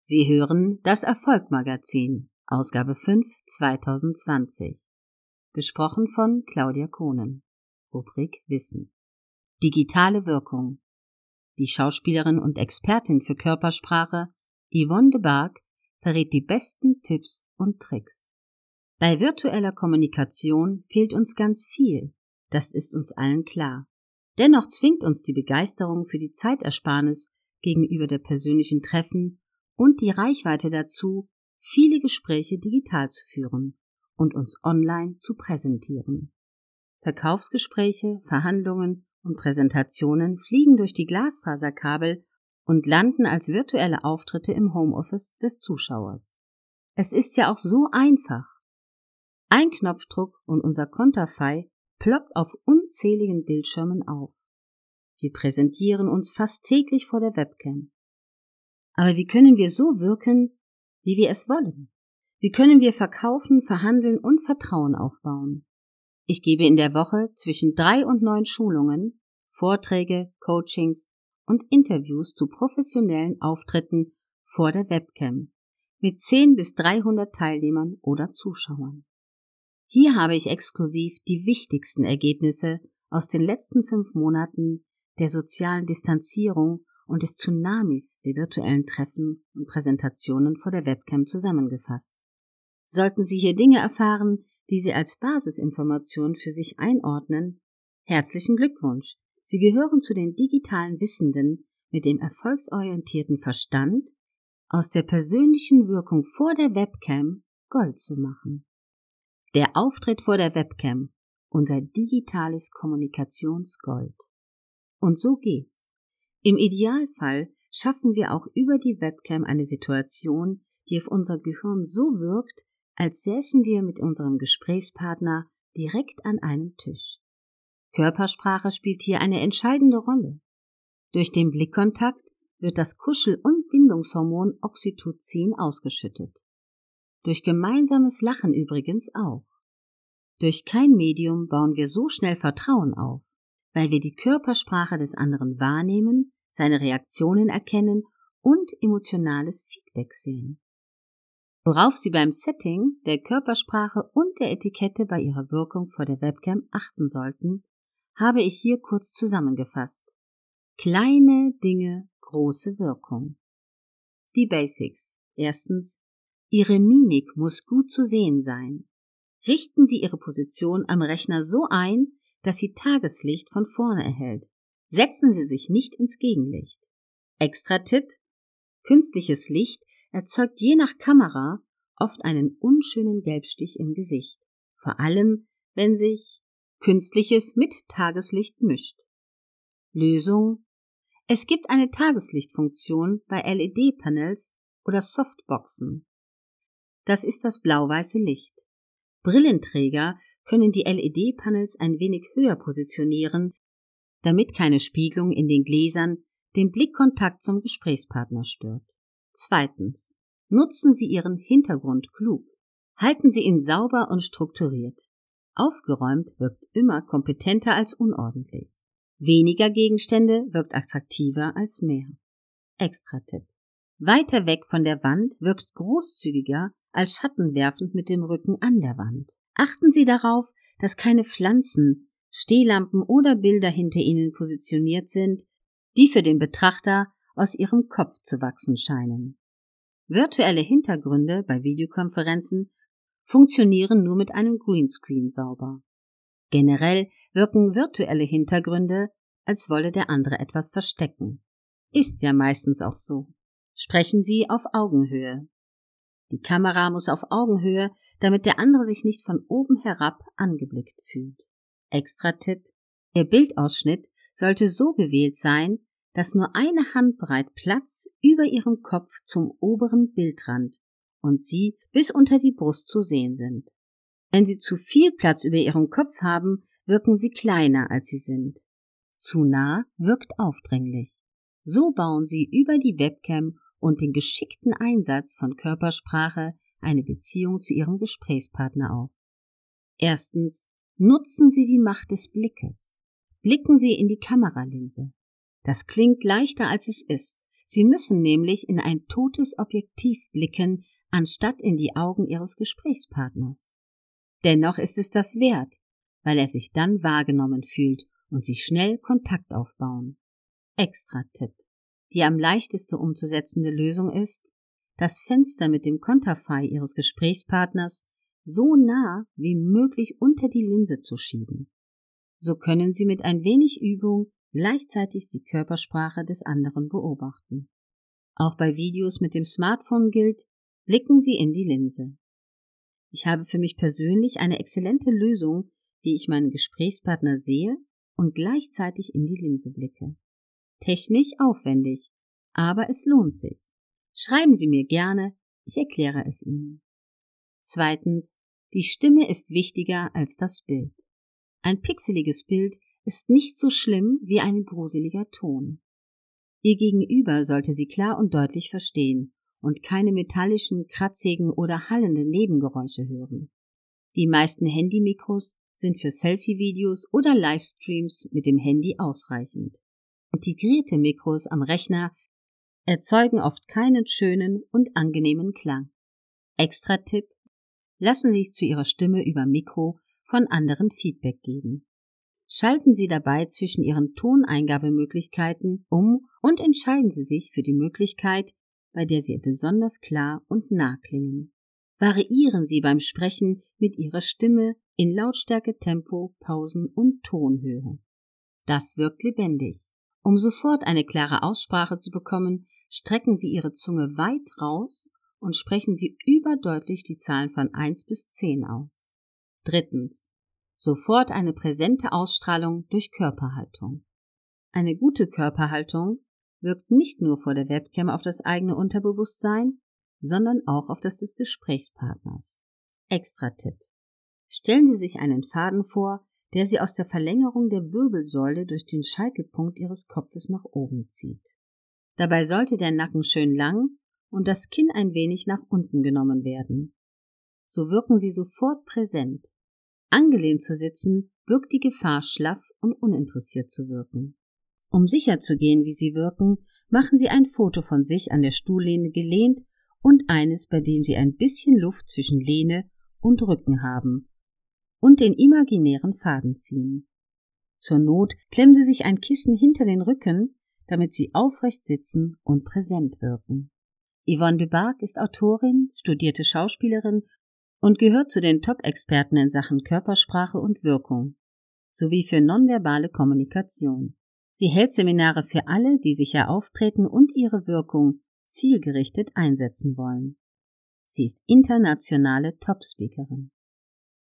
Sie hören das Erfolg-Magazin, Ausgabe 5, 2020. Gesprochen von Claudia Kohnen. Rubrik Wissen. Digitale Wirkung. Die Schauspielerin und Expertin für Körpersprache Yvonne de Barg verrät die besten Tipps und Tricks. Bei virtueller Kommunikation fehlt uns ganz viel, das ist uns allen klar. Dennoch zwingt uns die Begeisterung für die Zeitersparnis gegenüber der persönlichen Treffen und die Reichweite dazu, viele Gespräche digital zu führen und uns online zu präsentieren. Verkaufsgespräche, Verhandlungen und Präsentationen fliegen durch die Glasfaserkabel und landen als virtuelle Auftritte im Homeoffice des Zuschauers. Es ist ja auch so einfach. Ein Knopfdruck und unser Konterfei ploppt auf unzähligen Bildschirmen auf. Wir präsentieren uns fast täglich vor der Webcam. Aber wie können wir so wirken, wie wir es wollen? Wie können wir verkaufen, verhandeln und Vertrauen aufbauen? Ich gebe in der Woche zwischen 3 und 9 Schulungen, Vorträge, Coachings und Interviews zu professionellen Auftritten vor der Webcam mit 10 bis 300 Teilnehmern oder Zuschauern. Hier habe ich exklusiv die wichtigsten Ergebnisse aus den letzten 5 Monaten der sozialen Distanzierung und des Tsunamis der virtuellen Treffen und Präsentationen vor der Webcam zusammengefasst. Sollten Sie hier Dinge erfahren, die Sie als Basisinformation für sich einordnen, herzlichen Glückwunsch! Sie gehören zu den digitalen Wissenden mit dem erfolgsorientierten Verstand, aus der persönlichen Wirkung vor der Webcam Gold zu machen. Der Auftritt vor der Webcam, unser digitales Kommunikationsgold. Und so geht's. Im Idealfall schaffen wir auch über die Webcam eine Situation, die auf unser Gehirn so wirkt, als säßen wir mit unserem Gesprächspartner direkt an einem Tisch. Körpersprache spielt hier eine entscheidende Rolle. Durch den Blickkontakt wird das Kuschel- und Bindungshormon Oxytocin ausgeschüttet. Durch gemeinsames Lachen übrigens auch. Durch kein Medium bauen wir so schnell Vertrauen auf, weil wir die Körpersprache des anderen wahrnehmen, seine Reaktionen erkennen und emotionales Feedback sehen. Worauf Sie beim Setting der Körpersprache und der Etikette bei Ihrer Wirkung vor der Webcam achten sollten, habe ich hier kurz zusammengefasst. Kleine Dinge, große Wirkung. Die Basics. Erstens, Ihre Mimik muss gut zu sehen sein. Richten Sie Ihre Position am Rechner so ein, dass sie Tageslicht von vorne erhält. Setzen Sie sich nicht ins Gegenlicht. Extra Tipp: Künstliches Licht erzeugt je nach Kamera oft einen unschönen Gelbstich im Gesicht. Vor allem, wenn sich Künstliches mit Tageslicht mischt. Lösung: Es gibt eine Tageslichtfunktion bei LED-Panels oder Softboxen. Das ist das blau-weiße Licht. Brillenträger können die LED-Panels ein wenig höher positionieren, damit keine Spiegelung in den Gläsern den Blickkontakt zum Gesprächspartner stört. Zweitens. Nutzen Sie Ihren Hintergrund klug. Halten Sie ihn sauber und strukturiert. Aufgeräumt wirkt immer kompetenter als unordentlich. Weniger Gegenstände wirkt attraktiver als mehr. Extra-Tipp: Weiter weg von der Wand wirkt großzügiger als schattenwerfend mit dem Rücken an der Wand. Achten Sie darauf, dass keine Pflanzen, Stehlampen oder Bilder hinter Ihnen positioniert sind, die für den Betrachter aus Ihrem Kopf zu wachsen scheinen. Virtuelle Hintergründe bei Videokonferenzen funktionieren nur mit einem Greenscreen sauber. Generell wirken virtuelle Hintergründe, als wolle der andere etwas verstecken. Ist ja meistens auch so. Sprechen Sie auf Augenhöhe. Die Kamera muss auf Augenhöhe, damit der andere sich nicht von oben herab angeblickt fühlt. Extra-Tipp: Ihr Bildausschnitt sollte so gewählt sein, dass nur eine Handbreit Platz über Ihrem Kopf zum oberen Bildrand und Sie bis unter die Brust zu sehen sind. Wenn Sie zu viel Platz über Ihrem Kopf haben, wirken Sie kleiner, als Sie sind. Zu nah wirkt aufdringlich. So bauen Sie über die Webcam und den geschickten Einsatz von Körpersprache eine Beziehung zu Ihrem Gesprächspartner auf. Erstens, nutzen Sie die Macht des Blickes. Blicken Sie in die Kameralinse. Das klingt leichter, als es ist. Sie müssen nämlich in ein totes Objektiv blicken, anstatt in die Augen Ihres Gesprächspartners. Dennoch ist es das wert, weil er sich dann wahrgenommen fühlt und Sie schnell Kontakt aufbauen. Extra-Tipp. Die am leichtesten umzusetzende Lösung ist, das Fenster mit dem Konterfei Ihres Gesprächspartners so nah wie möglich unter die Linse zu schieben. So können Sie mit ein wenig Übung gleichzeitig die Körpersprache des anderen beobachten. Auch bei Videos mit dem Smartphone gilt, blicken Sie in die Linse. Ich habe für mich persönlich eine exzellente Lösung, wie ich meinen Gesprächspartner sehe und gleichzeitig in die Linse blicke. Technisch aufwendig, aber es lohnt sich. Schreiben Sie mir gerne, ich erkläre es Ihnen. Zweitens, die Stimme ist wichtiger als das Bild. Ein pixeliges Bild ist nicht so schlimm wie ein gruseliger Ton. Ihr Gegenüber sollte Sie klar und deutlich verstehen und keine metallischen, kratzigen oder hallenden Nebengeräusche hören. Die meisten Handymikros sind für Selfie-Videos oder Livestreams mit dem Handy ausreichend. Integrierte Mikros am Rechner erzeugen oft keinen schönen und angenehmen Klang. Extra-Tipp: Lassen Sie sich zu Ihrer Stimme über Mikro von anderen Feedback geben. Schalten Sie dabei zwischen Ihren Toneingabemöglichkeiten um und entscheiden Sie sich für die Möglichkeit, bei der Sie besonders klar und nah klingen. Variieren Sie beim Sprechen mit Ihrer Stimme in Lautstärke, Tempo, Pausen und Tonhöhe. Das wirkt lebendig. Um sofort eine klare Aussprache zu bekommen, strecken Sie Ihre Zunge weit raus und sprechen Sie überdeutlich die Zahlen von 1 bis 10 aus. Drittens. Sofort eine präsente Ausstrahlung durch Körperhaltung. Eine gute Körperhaltung wirkt nicht nur vor der Webcam auf das eigene Unterbewusstsein, sondern auch auf das des Gesprächspartners. Extra-Tipp: Stellen Sie sich einen Faden vor, der Sie aus der Verlängerung der Wirbelsäule durch den Scheitelpunkt Ihres Kopfes nach oben zieht. Dabei sollte der Nacken schön lang und das Kinn ein wenig nach unten genommen werden. So wirken Sie sofort präsent. Angelehnt zu sitzen, birgt die Gefahr, schlaff und uninteressiert zu wirken. Um sicherzugehen, wie Sie wirken, machen Sie ein Foto von sich an der Stuhllehne gelehnt und eines, bei dem Sie ein bisschen Luft zwischen Lehne und Rücken haben und den imaginären Faden ziehen. Zur Not klemmen Sie sich ein Kissen hinter den Rücken, damit Sie aufrecht sitzen und präsent wirken. Yvonne de Barg ist Autorin, studierte Schauspielerin und gehört zu den Top-Experten in Sachen Körpersprache und Wirkung, sowie für nonverbale Kommunikation. Sie hält Seminare für alle, die sicher auftreten und ihre Wirkung zielgerichtet einsetzen wollen. Sie ist internationale Top-Speakerin.